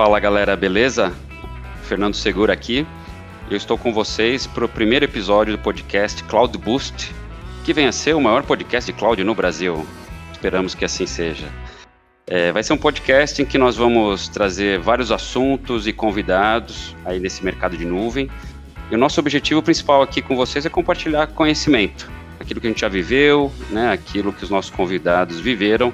Fala galera, beleza? Fernando Segura aqui. Eu estou com vocês para o primeiro episódio do podcast Cloud Boost, que vem a ser o maior podcast de cloud no Brasil. Esperamos que assim seja. Vai ser um podcast em que nós vamos trazer vários assuntos e convidados aí nesse mercado de nuvem. E o nosso objetivo principal aqui com vocês é compartilhar conhecimento, aquilo que a gente já viveu, né, aquilo que os nossos convidados viveram,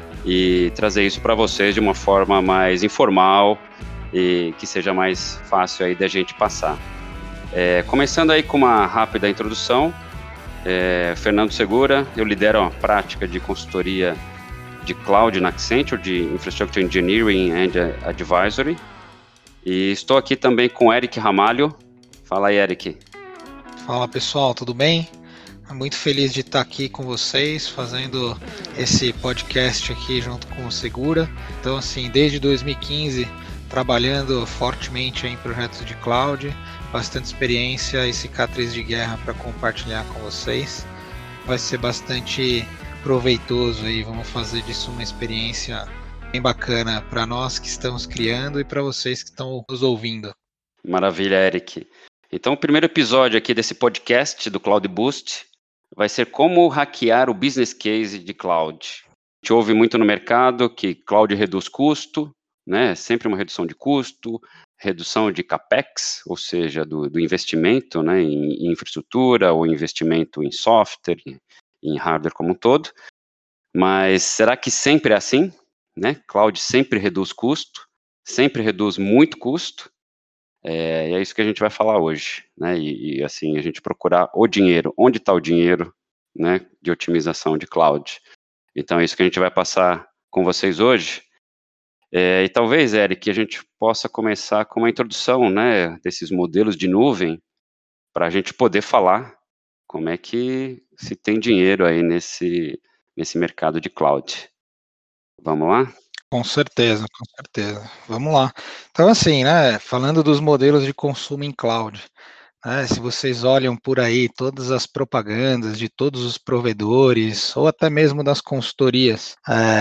e trazer isso para vocês de uma forma mais informal e que seja mais fácil aí da gente passar. Começando aí com uma rápida introdução, Fernando Segura, eu lidero a prática de consultoria de cloud na Accenture, de Infrastructure Engineering and Advisory, e estou aqui também com Eric Ramalho. Fala aí, Eric. Fala pessoal, tudo bem? Muito feliz de estar aqui com vocês, fazendo esse podcast aqui junto com o Segura. Então, assim, desde 2015, trabalhando fortemente em projetos de cloud, bastante experiência e cicatriz de guerra para compartilhar com vocês. Vai ser bastante proveitoso aí, vamos fazer disso uma experiência bem bacana para nós que estamos criando e para vocês que estão nos ouvindo. Maravilha, Eric. Então, o primeiro episódio aqui desse podcast do Cloud Boost vai ser como hackear o business case de cloud. A gente ouve muito no mercado que cloud reduz custo, né? Sempre uma redução de custo, redução de CAPEX, ou seja, do investimento, né, em infraestrutura ou investimento em software, em hardware como um todo. Mas será que sempre é assim? Né? Cloud sempre reduz custo, sempre reduz muito custo. E é isso que a gente vai falar hoje, né? E assim, a gente procurar o dinheiro, onde está o dinheiro, né, de otimização de cloud. Então é isso que a gente vai passar com vocês hoje. E talvez, Eric, a gente possa começar com uma introdução, né, desses modelos de nuvem, para a gente poder falar como é que se tem dinheiro aí nesse mercado de cloud. Vamos lá? Com certeza, com certeza. Vamos lá. Então, assim, né, falando dos modelos de consumo em cloud, né, se vocês olham por aí todas as propagandas de todos os provedores, ou até mesmo das consultorias,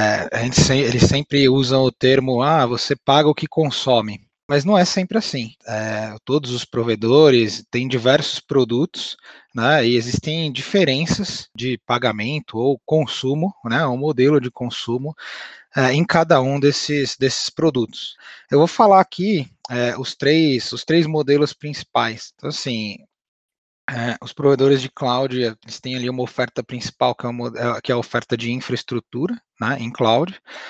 eles sempre usam o termo, você paga o que consome. Mas não é sempre assim. Todos os provedores têm diversos produtos, né, e existem diferenças de pagamento ou consumo, né, um modelo de consumo em cada um desses produtos. Eu vou falar aqui os três modelos principais. Então, assim, os provedores de cloud, eles têm ali uma oferta principal, que é a oferta de infraestrutura, né, em cloud,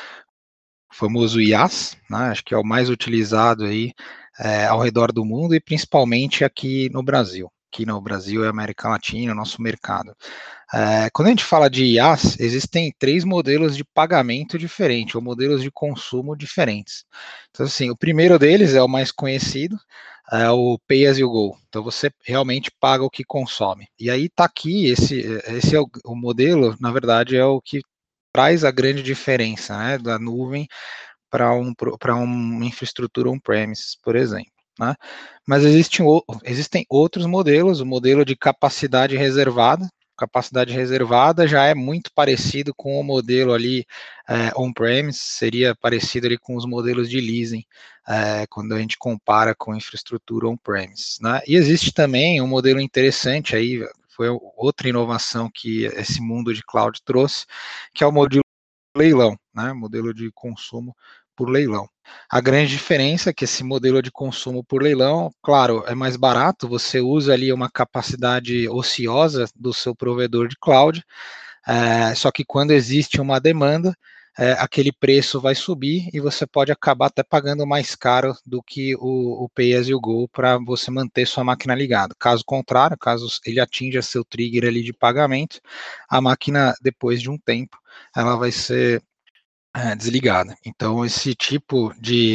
o famoso IaaS, né, acho que é o mais utilizado aí ao redor do mundo e principalmente aqui no Brasil. Aqui no Brasil e América Latina, nosso mercado. Quando a gente fala de IaaS, existem três modelos de pagamento diferentes, ou modelos de consumo diferentes. Então, assim, o primeiro deles é o mais conhecido, é o Pay as you go. Então, você realmente paga o que consome. E aí está aqui, esse é o modelo, na verdade, é o que traz a grande diferença, né, da nuvem para uma infraestrutura on-premises, por exemplo. Né? Mas existem outros modelos, o modelo de capacidade reservada. Capacidade reservada já é muito parecido com o modelo ali on-premise, seria parecido ali com os modelos de leasing, quando a gente compara com infraestrutura on-premise. Né? E existe também um modelo interessante aí, foi outra inovação que esse mundo de cloud trouxe, que é o modelo leilão, né? Modelo de consumo por leilão. A grande diferença é que esse modelo de consumo por leilão, claro, é mais barato, você usa ali uma capacidade ociosa do seu provedor de cloud, só que quando existe uma demanda, aquele preço vai subir e você pode acabar até pagando mais caro do que o Pay as you go para você manter sua máquina ligada. Caso contrário, caso ele atinja seu trigger ali de pagamento, a máquina, depois de um tempo, ela vai ser desligada. Então, esse tipo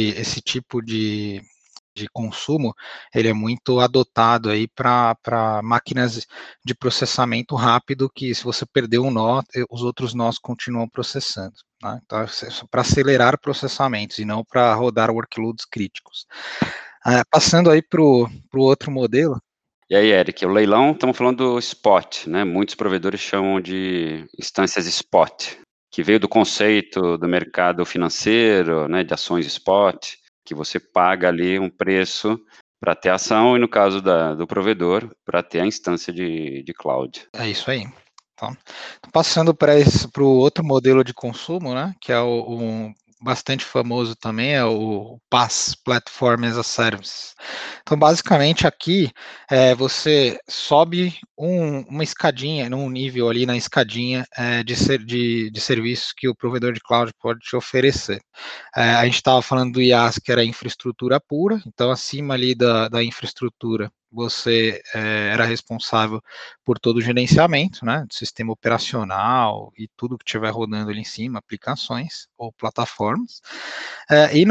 de consumo, ele é muito adotado aí para máquinas de processamento rápido, que se você perder um nó, os outros nós continuam processando. Né? Então, para acelerar processamentos e não para rodar workloads críticos. Passando aí para o outro modelo. E aí, Eric, o leilão, estamos falando do spot, né? Muitos provedores chamam de instâncias spot, que veio do conceito do mercado financeiro, né, de ações spot. que você paga ali um preço para ter a ação e, no caso do provedor, para ter a instância de cloud. É isso aí. Então, passando para o outro modelo de consumo, né, que é o bastante famoso também, é o PaaS, Platform as a Service. Então, basicamente, aqui você sobe uma escadinha, num nível ali na escadinha de serviços que o provedor de cloud pode te oferecer. A gente estava falando do IaaS, que era infraestrutura pura, então acima ali da infraestrutura, você era responsável por todo o gerenciamento, né, do sistema operacional e tudo que estiver rodando ali em cima, aplicações ou plataformas. E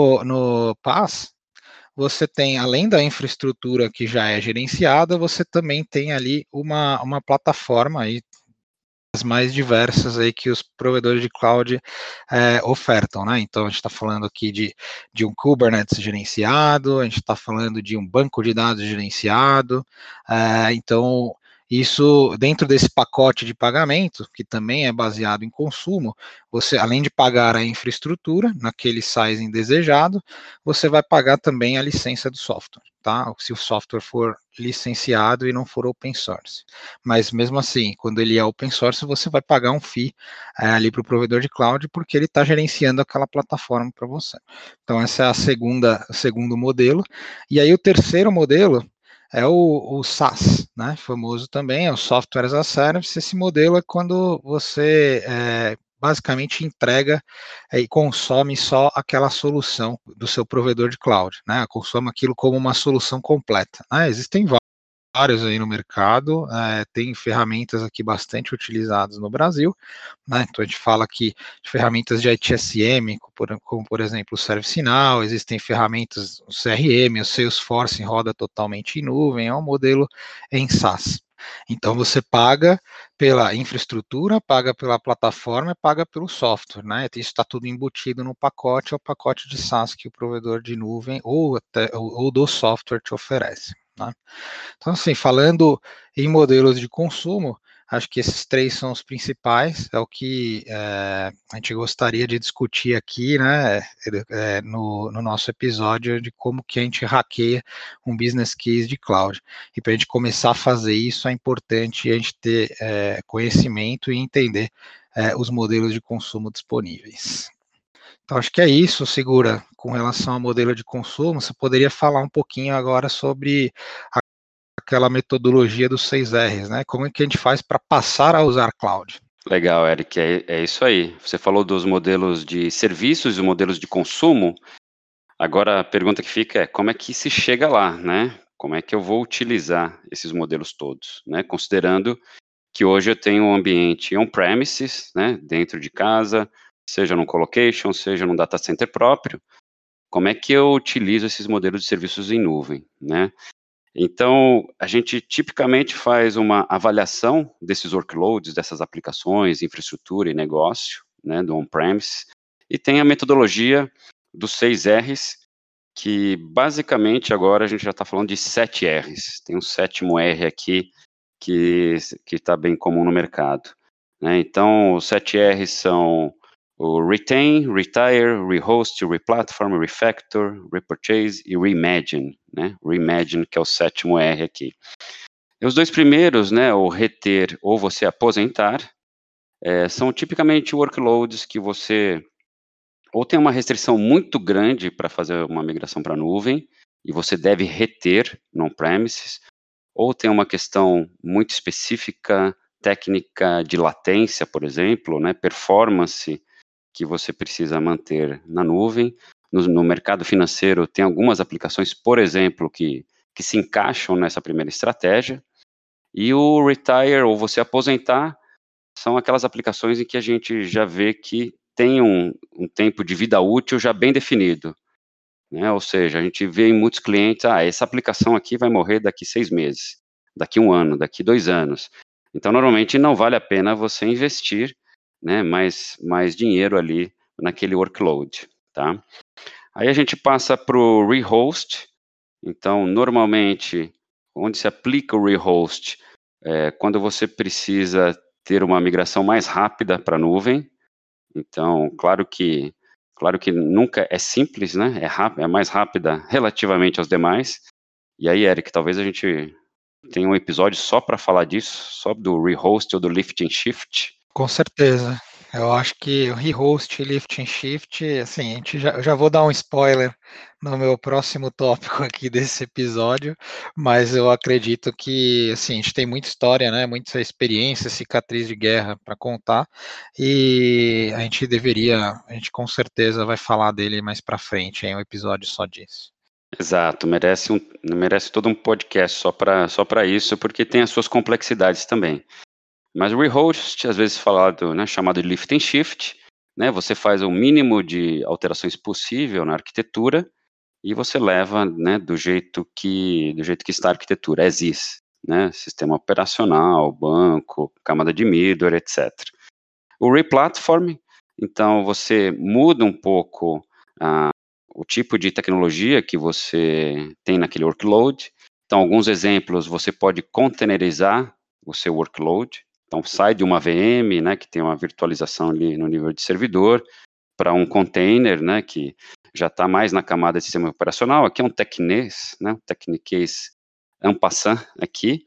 no PaaS, você tem, além da infraestrutura que já é gerenciada, você também tem ali uma plataforma aí, as mais diversas aí que os provedores de cloud ofertam, né? Então a gente está falando aqui de um Kubernetes gerenciado, a gente está falando de um banco de dados gerenciado, então isso dentro desse pacote de pagamento, que também é baseado em consumo, você, além de pagar a infraestrutura naquele sizing desejado, você vai pagar também a licença do software, tá? Se o software for licenciado e não for open source. Mas mesmo assim, quando ele é open source, você vai pagar um fee ali para o provedor de cloud, porque ele está gerenciando aquela plataforma para você. Então, essa é o segundo modelo. E aí, o terceiro modelo é o SaaS, né? Famoso também, é o Software as a Service. Esse modelo é quando você basicamente entrega e consome só aquela solução do seu provedor de cloud, né? Consome aquilo como uma solução completa. Existem vários aí no mercado, tem ferramentas aqui bastante utilizadas no Brasil, né? Então a gente fala aqui de ferramentas de ITSM, como por exemplo o ServiceNow, existem ferramentas, o CRM, o Salesforce roda totalmente em nuvem, é um modelo em SaaS. Então você paga pela infraestrutura, paga pela plataforma, paga pelo software, né? Isso está tudo embutido no pacote, é o pacote de SaaS que o provedor de nuvem ou do software te oferece, né? Então, assim, falando em modelos de consumo, acho que esses três são os principais, é o que a gente gostaria de discutir aqui, né, no nosso episódio de como que a gente hackeia um business case de cloud. E para a gente começar a fazer isso, é importante a gente ter conhecimento e entender os modelos de consumo disponíveis. Então, acho que é isso, Segura, com relação ao modelo de consumo. Você poderia falar um pouquinho agora sobre aquela metodologia dos 6 R's, né? Como é que a gente faz para passar a usar cloud? Legal, Eric, é isso aí. Você falou dos modelos de serviços e modelos de consumo. Agora a pergunta que fica é como é que se chega lá, né? Como é que eu vou utilizar esses modelos todos, né? Considerando que hoje eu tenho um ambiente on-premises, né? Dentro de casa, seja num colocation, seja num data center próprio. Como é que eu utilizo esses modelos de serviços em nuvem, né? Então, a gente tipicamente faz uma avaliação desses workloads, dessas aplicações, infraestrutura e negócio, né, do on-premise, e tem a metodologia dos 6 R's, que basicamente agora a gente já está falando de 7 R's. Tem um sétimo R aqui que está bem comum no mercado, né? Então, os 7 R's são o retain, retire, rehost, replatform, refactor, repurchase e reimagine, né? Reimagine, que é o sétimo R aqui. E os dois primeiros, né, o reter ou você aposentar, são tipicamente workloads que você ou tem uma restrição muito grande para fazer uma migração para a nuvem, e você deve reter no on-premises, ou tem uma questão muito específica, técnica de latência, por exemplo, né, performance, que você precisa manter na nuvem. No mercado financeiro, tem algumas aplicações, por exemplo, que se encaixam nessa primeira estratégia. E o retire, ou você aposentar, são aquelas aplicações em que a gente já vê que tem um tempo de vida útil já bem definido, né? Ou seja, a gente vê em muitos clientes, essa aplicação aqui vai morrer daqui 6 meses, daqui 1 ano, daqui 2 anos. Então, normalmente, não vale a pena você investir, né, mais dinheiro ali naquele workload, tá? Aí a gente passa para o rehost. Então, normalmente, onde se aplica o rehost, quando você precisa ter uma migração mais rápida para a nuvem. Então, claro que Claro que nunca é simples, né? É mais rápida relativamente aos demais. E aí, Eric, talvez a gente tenha um episódio só para falar disso, só do rehost ou do lift and shift. Com certeza. Eu acho que o rehost e lift and shift, assim, eu já vou dar um spoiler no meu próximo tópico aqui desse episódio, mas eu acredito que, assim, a gente tem muita história, né, muita experiência, cicatriz de guerra para contar, e a gente com certeza vai falar dele mais para frente, em um episódio só disso. Exato, merece todo um podcast só para isso, porque tem as suas complexidades também. Mas o rehost, às vezes falado, né, chamado de lift and shift, né, você faz o mínimo de alterações possível na arquitetura e você leva, né, do jeito que está a arquitetura, as is, né, sistema operacional, banco, camada de middleware, etc. O replatform, então você muda um pouco o tipo de tecnologia que você tem naquele workload. Então, alguns exemplos, você pode containerizar o seu workload. Então, sai de uma VM, né, que tem uma virtualização ali no nível de servidor, para um container, né, que já está mais na camada de sistema operacional. Aqui é um technase, né, um technicase en passant aqui.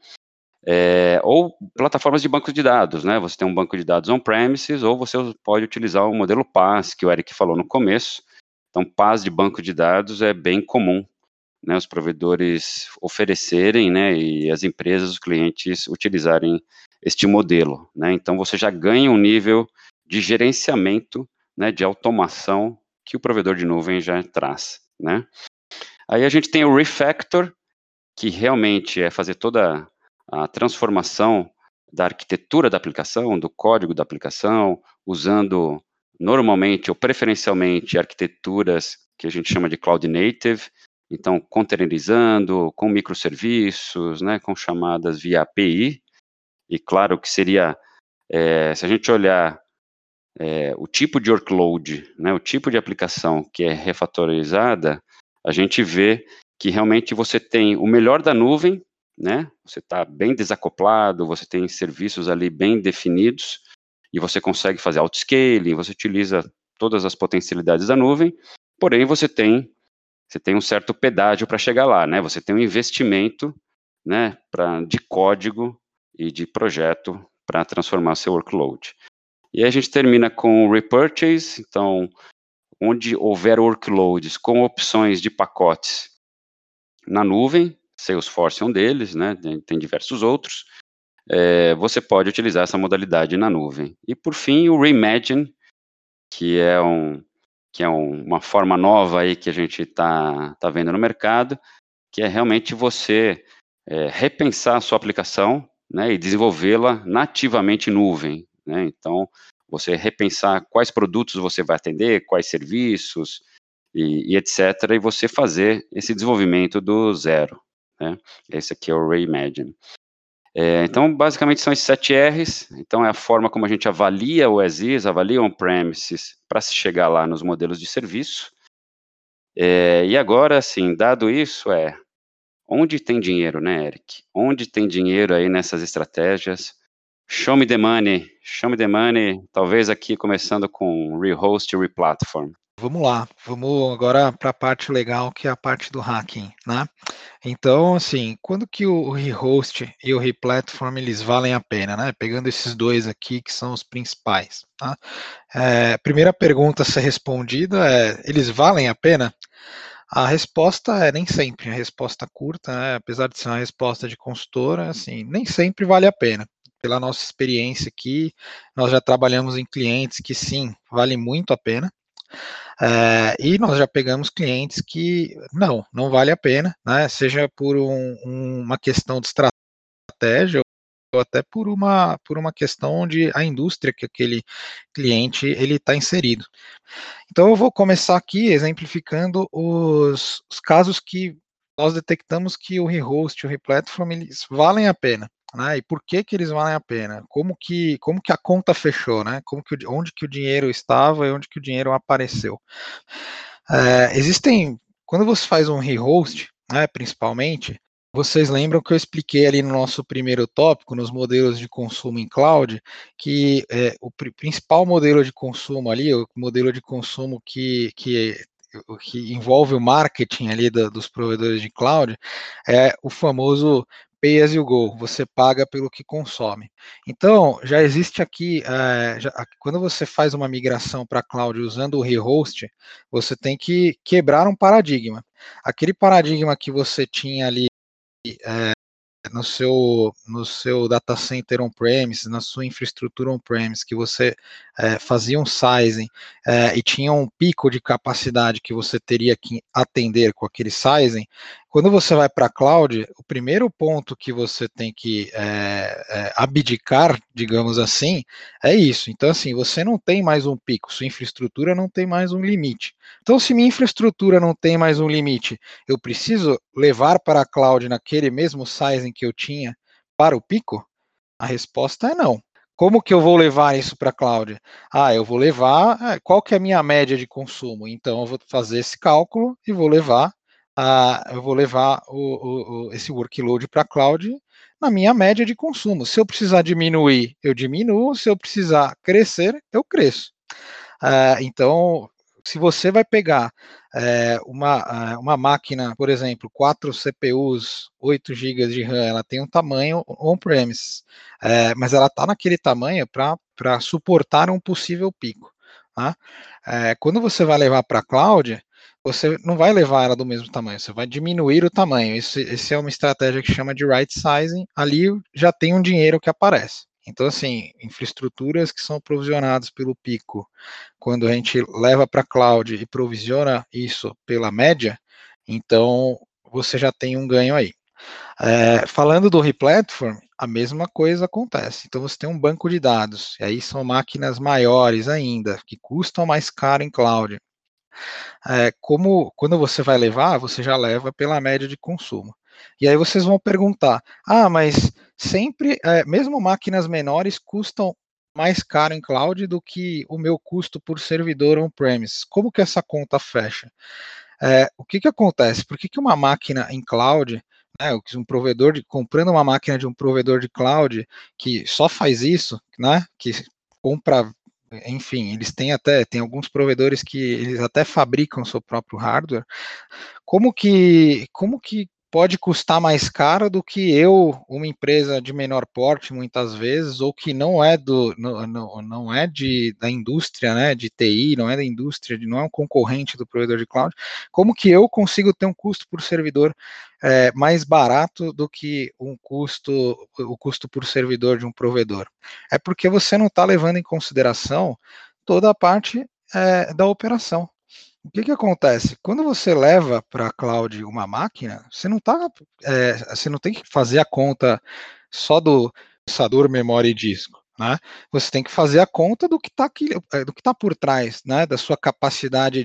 Ou plataformas de bancos de dados, né? Você tem um banco de dados on-premises, ou você pode utilizar o modelo PaaS, que o Eric falou no começo. Então, PaaS de banco de dados é bem comum, né? Os provedores oferecerem, né? E as empresas, os clientes utilizarem este modelo, né? Então, você já ganha um nível de gerenciamento, né? De automação que o provedor de nuvem já traz, né? Aí a gente tem o refactor, que realmente é fazer toda a transformação da arquitetura da aplicação, do código da aplicação, usando normalmente ou preferencialmente arquiteturas que a gente chama de cloud native, então containerizando, com microserviços, né, com chamadas via API, e claro que seria, se a gente olhar o tipo de workload, né, o tipo de aplicação que é refatorizada, a gente vê que realmente você tem o melhor da nuvem, né? Você está bem desacoplado, você tem serviços ali bem definidos e você consegue fazer autoscaling, você utiliza todas as potencialidades da nuvem, porém você tem um certo pedágio para chegar lá, né? Você tem um investimento, né, de código e de projeto para transformar seu workload. E aí a gente termina com o repurchase, então, onde houver workloads com opções de pacotes na nuvem, Salesforce é um deles, né, tem diversos outros, você pode utilizar essa modalidade na nuvem. E por fim, o reimagine, que é uma forma nova aí que a gente tá vendo no mercado, que é realmente você repensar a sua aplicação, né, e desenvolvê-la nativamente em nuvem, né? Então, você repensar quais produtos você vai atender, quais serviços e etc., e você fazer esse desenvolvimento do zero, né? Esse aqui é o Reimagine. Então, basicamente são esses 7 R's, então é a forma como a gente avalia o as-is, avalia o on-premises, para se chegar lá nos modelos de serviço. E agora, assim, dado isso, onde tem dinheiro, né, Eric? Onde tem dinheiro aí nessas estratégias? Show me the money, talvez aqui começando com rehost e replatform. Vamos lá, vamos agora para a parte legal, que é a parte do hacking, né? Então, assim, quando que o rehost e o replatform eles valem a pena, né? Pegando esses dois aqui que são os principais, tá? Primeira pergunta a ser respondida é: eles valem a pena? A resposta é nem sempre. A resposta curta, né? Apesar de ser uma resposta de consultora, assim, nem sempre vale a pena. Pela nossa experiência aqui, nós já trabalhamos em clientes que sim, vale muito a pena. E nós já pegamos clientes que não vale a pena, né? Seja por uma questão de estratégia ou até por uma questão de a indústria que aquele cliente ele está inserido. Então eu vou começar aqui exemplificando os casos que nós detectamos que o rehost e o replatform eles valem a pena. Né, e por que eles valem a pena? Como que a conta fechou, né? Onde que o dinheiro estava e onde que o dinheiro apareceu? Quando você faz um rehost, né, principalmente, Vocês lembram que eu expliquei ali no nosso primeiro tópico, nos modelos de consumo em cloud, que o principal modelo de consumo ali, o modelo de consumo que envolve o marketing ali dos provedores de cloud, é o famoso pay as you go, você paga pelo que consome. Então, já existe aqui, quando você faz uma migração para cloud usando o rehost, você tem que quebrar um paradigma. Aquele paradigma que você tinha ali no seu data center on-premise, na sua infraestrutura on-premise, que você fazia um sizing e tinha um pico de capacidade que você teria que atender com aquele sizing, quando você vai para a cloud, o primeiro ponto que você tem que abdicar, digamos assim, é isso. Então, assim, você não tem mais um pico, sua infraestrutura não tem mais um limite. Então, se minha infraestrutura não tem mais um limite, eu preciso levar para a cloud naquele mesmo sizing que eu tinha para o pico? A resposta é não. Como que eu vou levar isso para a cloud? Eu vou levar, qual que é a minha média de consumo? Então, eu vou fazer esse cálculo e vou levar esse workload para a cloud na minha média de consumo. Se eu precisar diminuir, eu diminuo. Se eu precisar crescer, eu cresço. Então, se você vai pegar uma máquina, por exemplo, 4 CPUs, 8 GB de RAM, ela tem um tamanho on-premise, mas ela está naquele tamanho para suportar um possível pico. Tá? Quando você vai levar para a cloud, você não vai levar ela do mesmo tamanho, você vai diminuir o tamanho. Esse é uma estratégia que chama de right sizing. Ali já tem um dinheiro que aparece. Então, assim, infraestruturas que são provisionadas pelo pico, quando a gente leva para a cloud e provisiona isso pela média, então você já tem um ganho aí. Falando do replatform, a mesma coisa acontece. Então você tem um banco de dados, e aí são máquinas maiores ainda, que custam mais caro em cloud. Quando você vai levar, você já leva pela média de consumo. E aí vocês vão perguntar: mas sempre, mesmo máquinas menores custam mais caro em cloud do que o meu custo por servidor on-premise. Como que essa conta fecha? O que acontece? Por que uma máquina em cloud, né, um provedor comprando uma máquina de um provedor de cloud que só faz isso, né, que compra, enfim, eles tem alguns provedores que eles até fabricam seu próprio hardware. Como que pode custar mais caro do que uma empresa de menor porte, muitas vezes, ou que não é não é da indústria, né, de TI, não é da indústria, não é um concorrente do provedor de cloud? Como que eu consigo ter um custo por servidor mais barato do que o custo por servidor de um provedor? É porque você não está levando em consideração toda a parte da operação. O que acontece? Quando você leva para a cloud uma máquina, você não tem que fazer a conta só do processador, memória e disco, né? Você tem que fazer a conta do que tá por trás, né? Da sua capacidade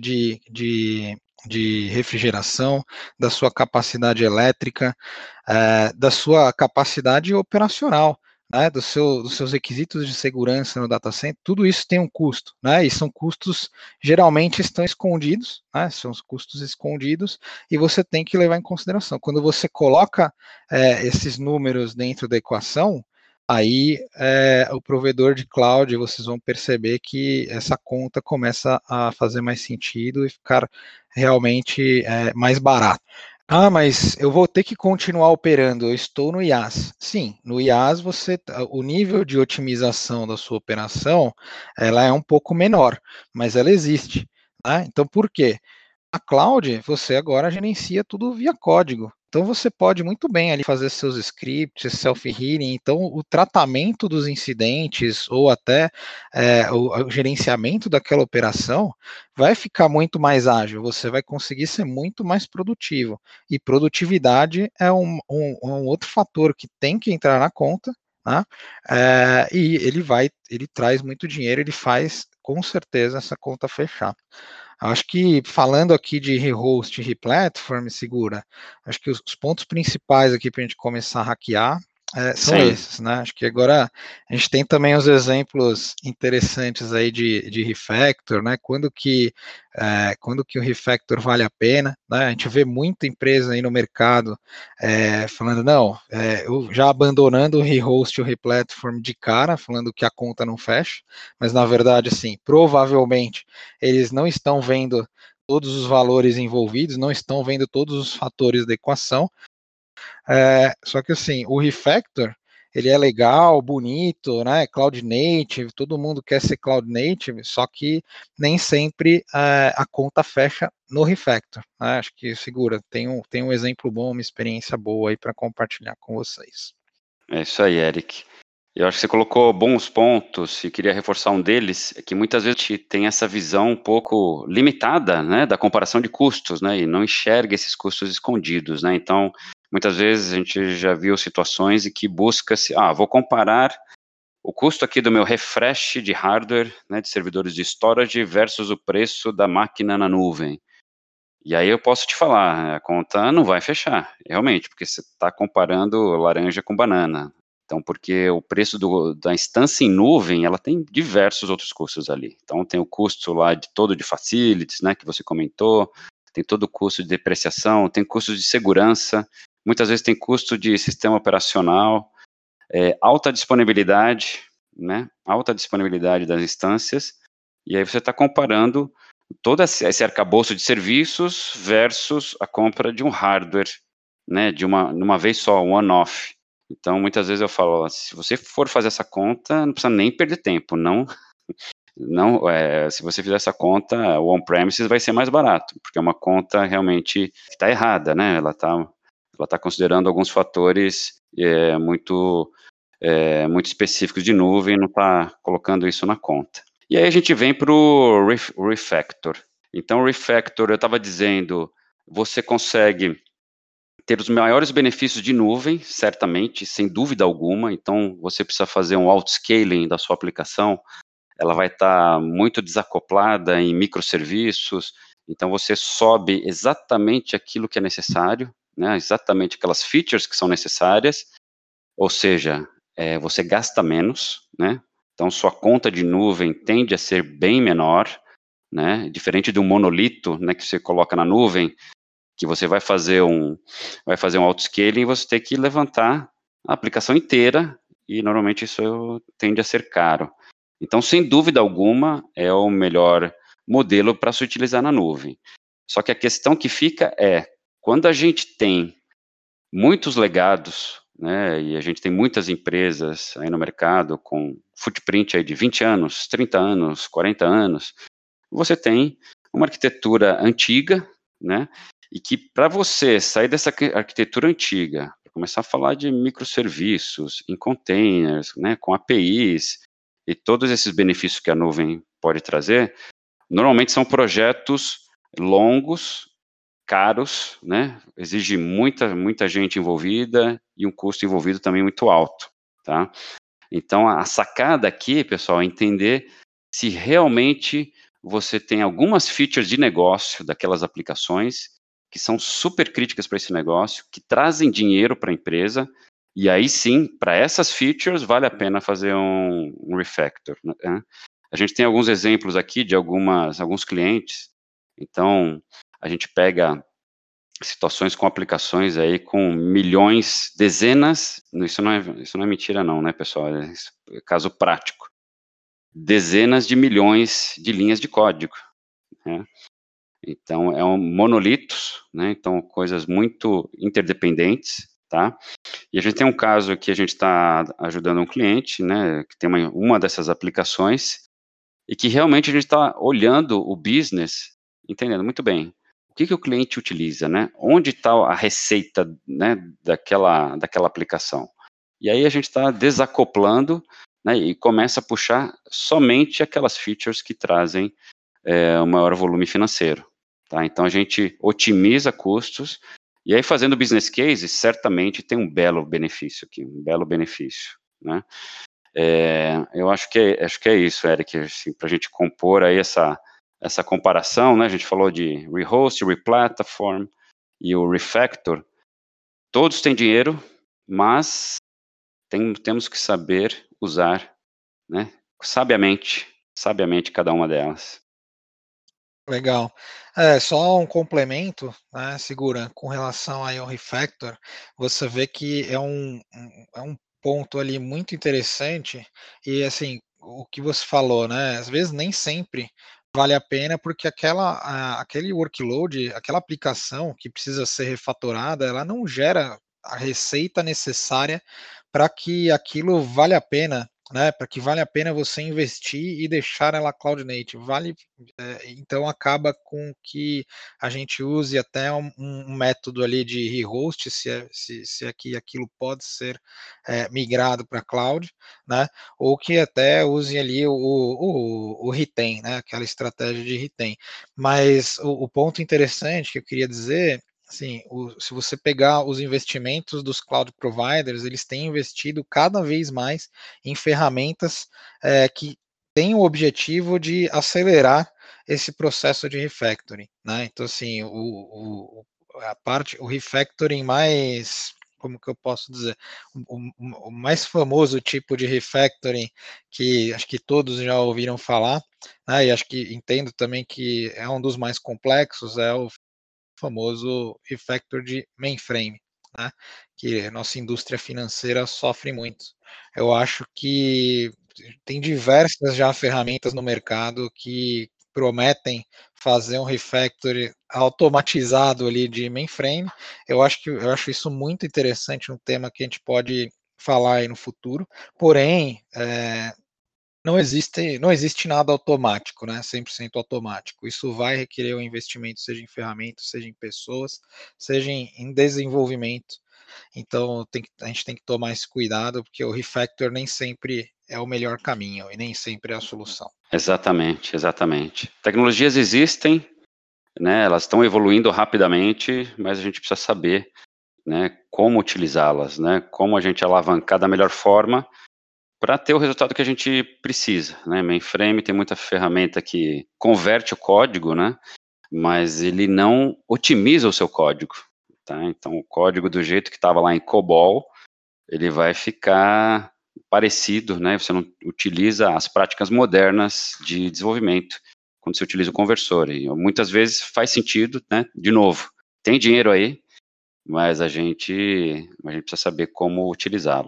de refrigeração, da sua capacidade elétrica, da sua capacidade operacional, né, dos seus requisitos de segurança no data center. Tudo isso tem um custo, né, e são custos, geralmente estão escondidos, né, são os custos escondidos, e você tem que levar em consideração. Quando você coloca esses números dentro da equação, aí o provedor de cloud, vocês vão perceber que essa conta começa a fazer mais sentido e ficar realmente mais barato. Mas eu vou ter que continuar operando. Eu estou no IaaS. Sim, no IaaS o nível de otimização da sua operação, ela é um pouco menor, mas ela existe. Tá? Então, por quê? A cloud, você agora gerencia tudo via código. Então você pode muito bem ali fazer seus scripts, self-healing. Então o tratamento dos incidentes ou até o gerenciamento daquela operação vai ficar muito mais ágil. Você vai conseguir ser muito mais produtivo. E produtividade é um outro fator que tem que entrar na conta. Né? E ele traz muito dinheiro, ele faz com certeza essa conta fechar. Acho que falando aqui de rehost e replatform, Segura, acho que os pontos principais aqui para a gente começar a hackear São Sim. esses, né? Acho que agora a gente tem também os exemplos interessantes aí de refactor, né? Quando que o refactor vale a pena, né? A gente vê muita empresa aí no mercado falando, não, eu já abandonando o rehost e o replatform de cara, falando que a conta não fecha, mas na verdade, assim, provavelmente eles não estão vendo todos os valores envolvidos, não estão vendo todos os fatores da equação. Só que assim, o refactor, ele é legal, bonito, né? Cloud native, todo mundo quer ser cloud native, só que nem sempre a conta fecha no refactor. Né? Acho que segura, tem um exemplo bom, uma experiência boa aí para compartilhar com vocês. É isso aí, Eric. Eu acho que você colocou bons pontos e queria reforçar um deles, é que muitas vezes a gente tem essa visão um pouco limitada, né, da comparação de custos, né, e não enxerga esses custos escondidos, né, então muitas vezes a gente já viu situações em que busca-se, vou comparar o custo aqui do meu refresh de hardware, né, de servidores de storage versus o preço da máquina na nuvem. E aí eu posso te falar, a conta não vai fechar, realmente, porque você está comparando laranja com banana. Então, porque o preço da instância em nuvem, ela tem diversos outros custos ali. Então, tem o custo lá de facilities, né, que você comentou, tem todo o custo de depreciação, tem custos de segurança, muitas vezes tem custo de sistema operacional, alta disponibilidade, né, alta disponibilidade das instâncias, e aí você está comparando todo esse arcabouço de serviços versus a compra de um hardware, né, numa vez só, um one-off. Então, muitas vezes eu falo, se você for fazer essa conta, não precisa nem perder tempo, se você fizer essa conta, o on-premises vai ser mais barato, porque é uma conta realmente que está errada, né, ela tá considerando alguns fatores muito específicos de nuvem, não está colocando isso na conta. E aí a gente vem para o refactor. Então, o refactor, eu estava dizendo, você consegue ter os maiores benefícios de nuvem, certamente, sem dúvida alguma. Então, você precisa fazer um outscaling da sua aplicação, ela vai estar muito desacoplada em microserviços, então você sobe exatamente aquilo que é necessário, né, exatamente aquelas features que são necessárias, ou seja, você gasta menos, né? Então sua conta de nuvem tende a ser bem menor, né? Diferente de um monolito, né, que você coloca na nuvem, que você vai fazer um autoscaling e você tem que levantar a aplicação inteira e normalmente isso tende a ser caro. Então, sem dúvida alguma, é o melhor modelo para se utilizar na nuvem. Só que a questão que fica é, quando a gente tem muitos legados, né, e a gente tem muitas empresas aí no mercado com footprint aí de 20 anos, 30 anos, 40 anos, você tem uma arquitetura antiga, né, e que para você sair dessa arquitetura antiga, para começar a falar de microserviços, em containers, né, com APIs e todos esses benefícios que a nuvem pode trazer, normalmente são projetos longos, caros, né? Exige muita gente envolvida e um custo envolvido também muito alto, tá? Então a sacada aqui, pessoal, é entender se realmente você tem algumas features de negócio daquelas aplicações que são super críticas para esse negócio, que trazem dinheiro para a empresa, e aí sim, para essas features, vale a pena fazer um refactor, né? A gente tem alguns exemplos aqui de alguns clientes, então a gente pega situações com aplicações aí com milhões, dezenas, isso não é mentira não, né, pessoal, é caso prático, dezenas de milhões de linhas de código, né? Então, monolitos, né, então coisas muito interdependentes, tá? E a gente tem um caso que a gente está ajudando um cliente, né, que tem uma dessas aplicações, e que realmente a gente está olhando o business, entendendo muito bem, o que o cliente utiliza, né? Onde está a receita, né, daquela aplicação? E aí a gente está desacoplando, né, e começa a puxar somente aquelas features que trazem um maior volume financeiro, tá? Então a gente otimiza custos e aí fazendo business case certamente tem um belo benefício aqui, um belo benefício, né? Eu acho que é isso, Eric, assim, para a gente compor aí essa comparação, né? A gente falou de rehost, replatform e o refactor. Todos têm dinheiro, mas temos que saber usar, né, sabiamente cada uma delas. Legal. Só um complemento, né, Segura, com relação aí ao refactor, você vê que é um ponto ali muito interessante e, assim, o que você falou, né, às vezes nem sempre vale a pena, porque aquele workload, aquela aplicação que precisa ser refatorada, ela não gera a receita necessária para que aquilo vale a pena, né, para que vale a pena você investir e deixar ela cloud native. Então acaba com que a gente use até um método ali de rehost, se é que aquilo pode ser migrado para cloud, né? Ou que até use ali o retain, né? Aquela estratégia de retain. Mas o ponto interessante que eu queria dizer, assim, se você pegar os investimentos dos cloud providers, eles têm investido cada vez mais em ferramentas que têm o objetivo de acelerar esse processo de refactoring, né? Então, assim, o refactoring mais, como que eu posso dizer, o mais famoso tipo de refactoring que acho que todos já ouviram falar, né? E acho que entendo também que é um dos mais complexos, é o famoso refactor de mainframe, né? Que a nossa indústria financeira sofre muito. Eu acho que tem diversas já ferramentas no mercado que prometem fazer um refactor automatizado ali de mainframe. Eu acho isso muito interessante, um tema que a gente pode falar aí no futuro. Porém, não existe nada automático, né, 100% automático. Isso vai requerer um investimento, seja em ferramentas, seja em pessoas, seja em desenvolvimento. Então a gente tem que tomar esse cuidado, porque o refactor nem sempre é o melhor caminho e nem sempre é a solução. Exatamente, exatamente. Tecnologias existem, né, elas estão evoluindo rapidamente, mas a gente precisa saber, né, como utilizá-las, né, como a gente alavancar da melhor forma para ter o resultado que a gente precisa, né. Mainframe tem muita ferramenta que converte o código, né, mas ele não otimiza o seu código, tá. Então o código do jeito que estava lá em COBOL, ele vai ficar parecido, né, você não utiliza as práticas modernas de desenvolvimento, quando você utiliza o conversor, e muitas vezes faz sentido, né, de novo, tem dinheiro aí, mas a gente precisa saber como utilizá-lo.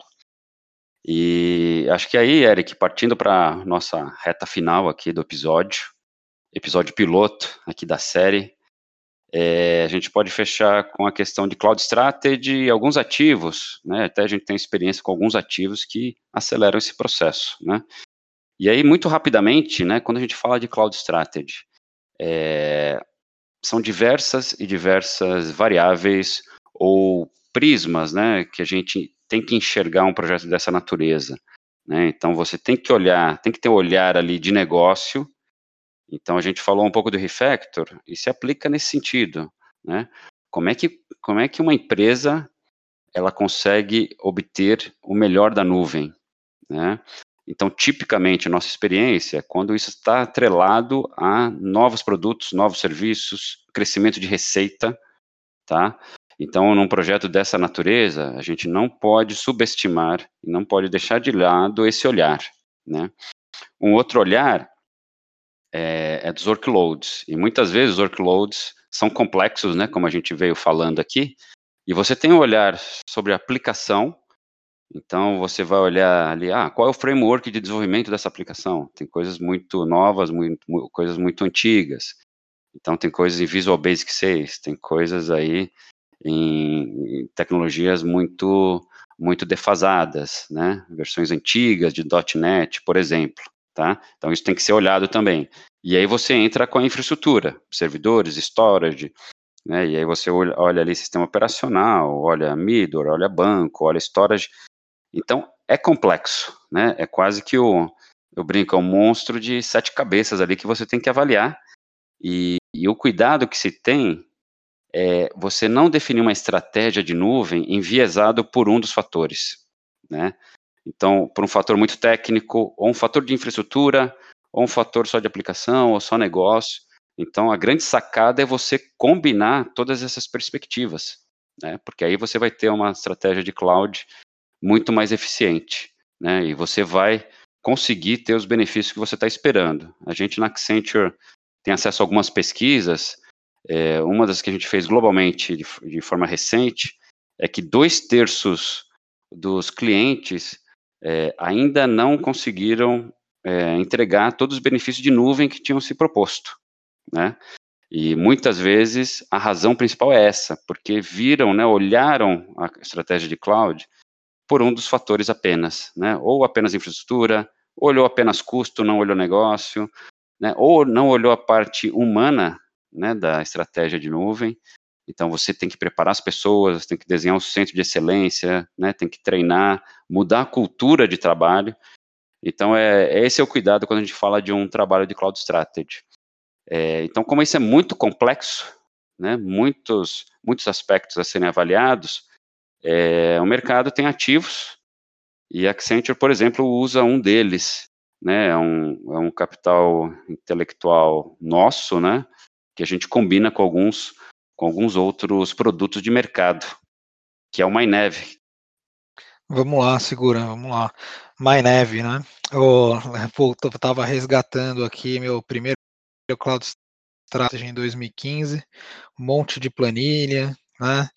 E acho que aí, Eric, partindo para nossa reta final aqui do episódio piloto aqui da série, a gente pode fechar com a questão de Cloud Strategy e alguns ativos, né, até a gente tem experiência com alguns ativos que aceleram esse processo, né. E aí, muito rapidamente, né, quando a gente fala de Cloud Strategy, são diversas variáveis ou prismas, né, que a gente tem que enxergar um projeto dessa natureza, né. Então você tem que ter um olhar ali de negócio. Então a gente falou um pouco do refactor e se aplica nesse sentido, né. Como é que uma empresa, ela consegue obter o melhor da nuvem, né. Então, tipicamente, a nossa experiência, quando isso está atrelado a novos produtos, novos serviços, crescimento de receita, tá. Então, num projeto dessa natureza, a gente não pode subestimar, não pode deixar de lado esse olhar, né. Um outro olhar é dos workloads, e muitas vezes os workloads são complexos, né, como a gente veio falando aqui, e você tem um olhar sobre a aplicação. Então você vai olhar ali, qual é o framework de desenvolvimento dessa aplicação? Tem coisas muito novas, coisas muito antigas. Então tem coisas em Visual Basic 6, tem coisas aí em tecnologias muito defasadas, né, versões antigas de .NET, por exemplo, tá. Então isso tem que ser olhado também. E aí você entra com a infraestrutura, servidores, storage, né, e aí você olha ali sistema operacional, olha middleware, olha banco, olha storage. Então, é complexo, né, é quase que eu brinco, é um monstro de 7 cabeças ali que você tem que avaliar, e o cuidado que se tem é você não definir uma estratégia de nuvem enviesado por um dos fatores, né. Então, por um fator muito técnico, ou um fator de infraestrutura, ou um fator só de aplicação, ou só negócio. Então, a grande sacada é você combinar todas essas perspectivas, né, porque aí você vai ter uma estratégia de cloud muito mais eficiente, né? E você vai conseguir ter os benefícios que você está esperando. A gente na Accenture tem acesso a algumas pesquisas, uma das que a gente fez globalmente de forma recente, é que 2/3 dos clientes ainda não conseguiram entregar todos os benefícios de nuvem que tinham se proposto, né? E muitas vezes a razão principal é essa, porque viram, né, olharam a estratégia de cloud por um dos fatores apenas, né? Ou apenas infraestrutura, olhou apenas custo, não olhou negócio, né? Ou não olhou a parte humana, né, da estratégia de nuvem. Então você tem que preparar as pessoas, tem que desenhar um centro de excelência, né? Tem que treinar, mudar a cultura de trabalho. Então esse é o cuidado quando a gente fala de um trabalho de cloud strategy. Então, como isso é muito complexo, né, muitos aspectos a serem avaliados, o mercado tem ativos, e a Accenture, por exemplo, usa um deles, né, é um capital intelectual nosso, né, que a gente combina com alguns outros produtos de mercado, que é o MyNev. Vamos lá, segura, vamos lá. MyNev, né? Eu estava resgatando aqui meu primeiro Cloud Strategy em 2015, um monte de planilha, né?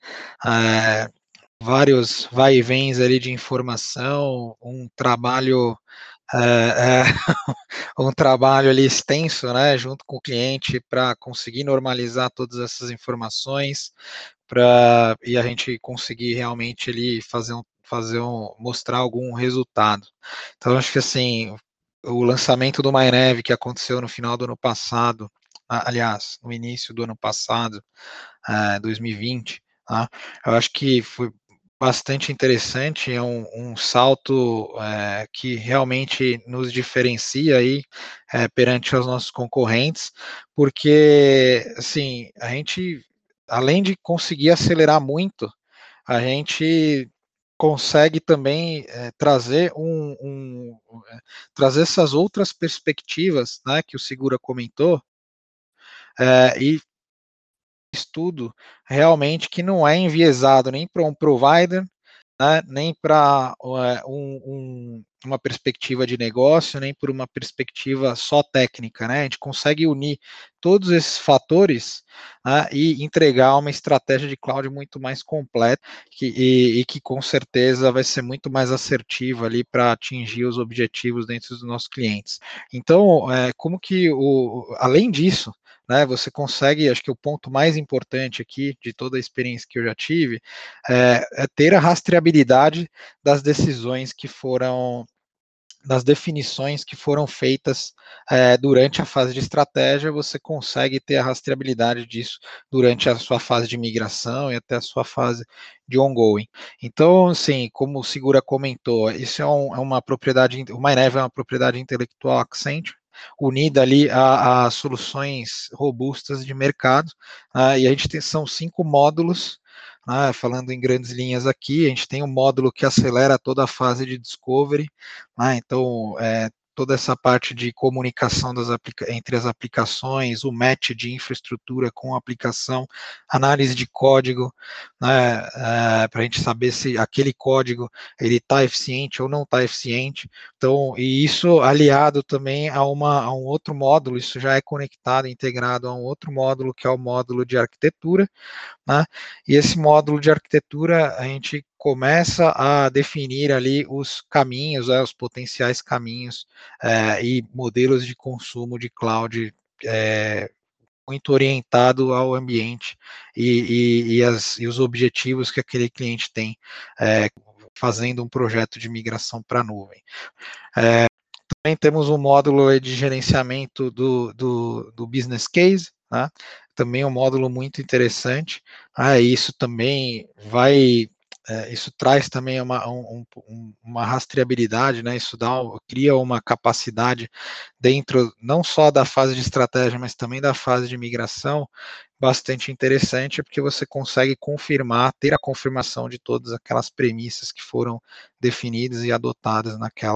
Vários vai e vens ali de informação, um trabalho é, é, um trabalho ali extenso, né, junto com o cliente para conseguir normalizar todas essas informações, e a gente conseguir realmente ali mostrar algum resultado. Então acho que assim, o lançamento do MyNev que aconteceu no final do ano passado, aliás, no início do ano passado, 2020, tá? Eu acho que foi bastante interessante, é um salto que realmente nos diferencia aí perante os nossos concorrentes, porque assim, a gente, além de conseguir acelerar muito, a gente consegue também trazer essas outras perspectivas, né, que o Segura comentou, e estudo realmente que não é enviesado nem para um provider, né, nem para uma perspectiva de negócio, nem por uma perspectiva só técnica, né? A gente consegue unir todos esses fatores, né, e entregar uma estratégia de cloud muito mais completa e que com certeza vai ser muito mais assertiva ali para atingir os objetivos dentro dos nossos clientes. Então, como que além disso, né, você consegue, acho que o ponto mais importante aqui de toda a experiência que eu já tive é ter a rastreabilidade das decisões que foram, das definições que foram feitas durante a fase de estratégia, você consegue ter a rastreabilidade disso durante a sua fase de migração e até a sua fase de ongoing. Então, assim, como o Segura comentou, isso é uma propriedade, o MyNev é uma propriedade intelectual Accenture, unida ali a soluções robustas de mercado, e a gente são 5 módulos, falando em grandes linhas aqui, a gente tem um módulo que acelera toda a fase de discovery, então toda essa parte de comunicação entre as aplicações, o match de infraestrutura com a aplicação, análise de código, né, para a gente saber se aquele código ele está eficiente ou não está eficiente. Então, e isso aliado também a um outro módulo, isso já é conectado, integrado a um outro módulo que é o módulo de arquitetura, né? E esse módulo de arquitetura, a gente começa a definir ali os caminhos, os potenciais caminhos e modelos de consumo de cloud muito orientado ao ambiente e os objetivos que aquele cliente tem fazendo um projeto de migração para a nuvem. Também temos um módulo de gerenciamento do business case, né? Também é um módulo muito interessante. Isso também isso traz também uma rastreabilidade, né? Isso cria uma capacidade dentro não só da fase de estratégia, mas também da fase de migração, bastante interessante, porque você consegue ter a confirmação de todas aquelas premissas que foram definidas e adotadas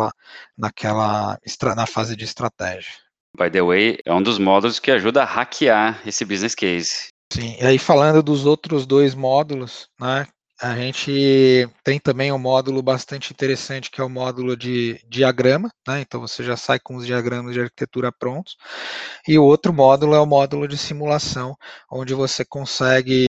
na fase de estratégia. By the way, é um dos módulos que ajuda a hackear esse business case. Sim, e aí falando dos outros 2 módulos, né, A gente tem também um módulo bastante interessante, que é o módulo de diagrama, né? Então você já sai com os diagramas de arquitetura prontos. E o outro módulo é o módulo de simulação, onde você consegue,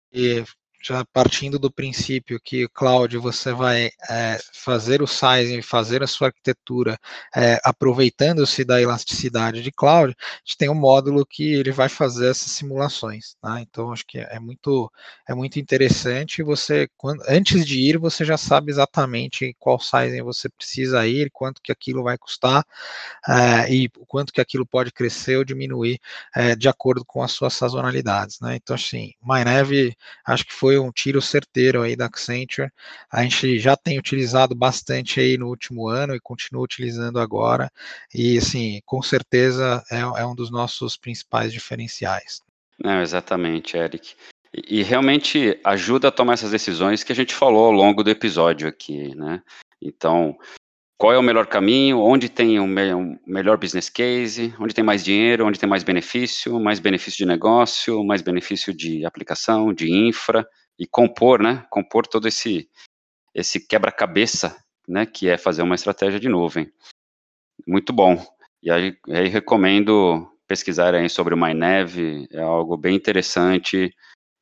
já partindo do princípio que, Cláudio, você vai fazer o sizing, fazer a sua arquitetura, aproveitando-se da elasticidade de cloud, a gente tem um módulo que ele vai fazer essas simulações. Tá? Então, acho que é muito interessante. Você, antes de ir, você já sabe exatamente qual sizing você precisa ir, quanto que aquilo vai custar, e o quanto que aquilo pode crescer ou diminuir de acordo com as suas sazonalidades. Né? Então, assim, MyNav, acho que foi um tiro certeiro aí da Accenture. A gente já tem utilizado bastante aí no último ano e continua utilizando agora, e assim, com certeza é um dos nossos principais diferenciais. Não, exatamente, Eric. E realmente ajuda a tomar essas decisões que a gente falou ao longo do episódio aqui, né? Então, qual é o melhor caminho, onde tem um melhor business case, onde tem mais dinheiro, onde tem mais benefício de negócio, mais benefício de aplicação, de infra, e compor, né? Compor todo esse quebra-cabeça, né? Que é fazer uma estratégia de nuvem. Muito bom. E aí recomendo pesquisar aí sobre o MyNav, é algo bem interessante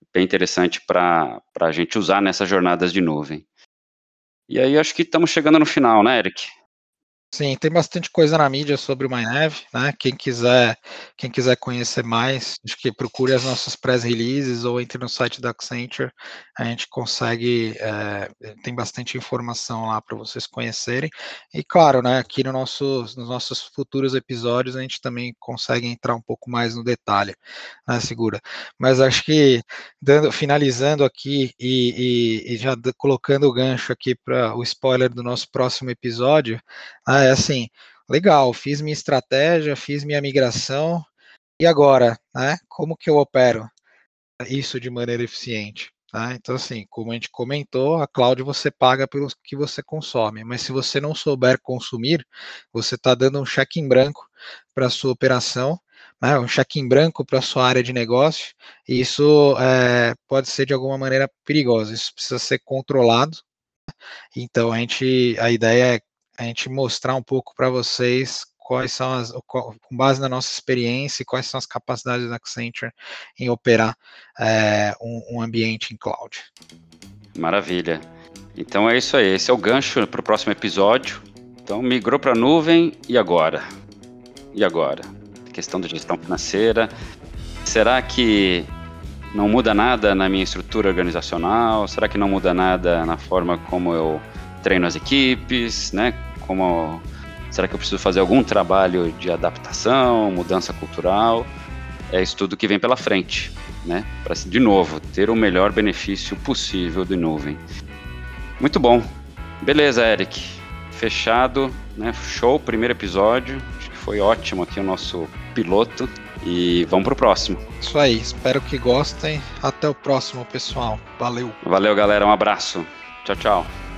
para a gente usar nessas jornadas de nuvem. E aí acho que estamos chegando no final, né, Eric? Sim, tem bastante coisa na mídia sobre o MyNav, né? Quem quiser conhecer mais, acho que procure as nossas press releases ou entre no site da Accenture, a gente consegue, tem bastante informação lá para vocês conhecerem. E claro, né, aqui nos nossos futuros episódios a gente também consegue entrar um pouco mais no detalhe, né, Segura? Mas acho que finalizando aqui e já colocando o gancho aqui para o spoiler do nosso próximo episódio. É assim, legal, fiz minha estratégia, fiz minha migração, e agora, né? Como que eu opero isso de maneira eficiente? Tá? Então, assim, como a gente comentou, a cloud você paga pelo que você consome, mas se você não souber consumir, você está dando um cheque em branco para a sua operação, né? Um cheque em branco para a sua área de negócio, e isso pode ser de alguma maneira perigoso, isso precisa ser controlado. Então, a ideia é a gente mostrar um pouco para vocês quais são com base na nossa experiência, quais são as capacidades da Accenture em operar um ambiente em cloud. Maravilha. Então é isso aí, esse é o gancho para o próximo episódio. Então migrou para a nuvem, e agora? E agora? Questão da gestão financeira. Será que não muda nada na minha estrutura organizacional? Será que não muda nada na forma como eu treino as equipes, né? Será que eu preciso fazer algum trabalho de adaptação, mudança cultural? É isso tudo que vem pela frente, né? Para, de novo, ter o melhor benefício possível de nuvem. Muito bom. Beleza, Eric. Fechado, né? Show, primeiro episódio. Acho que foi ótimo aqui o nosso piloto. E vamos pro próximo. Isso aí, espero que gostem. Até o próximo, pessoal. Valeu. Valeu, galera. Um abraço. Tchau, tchau.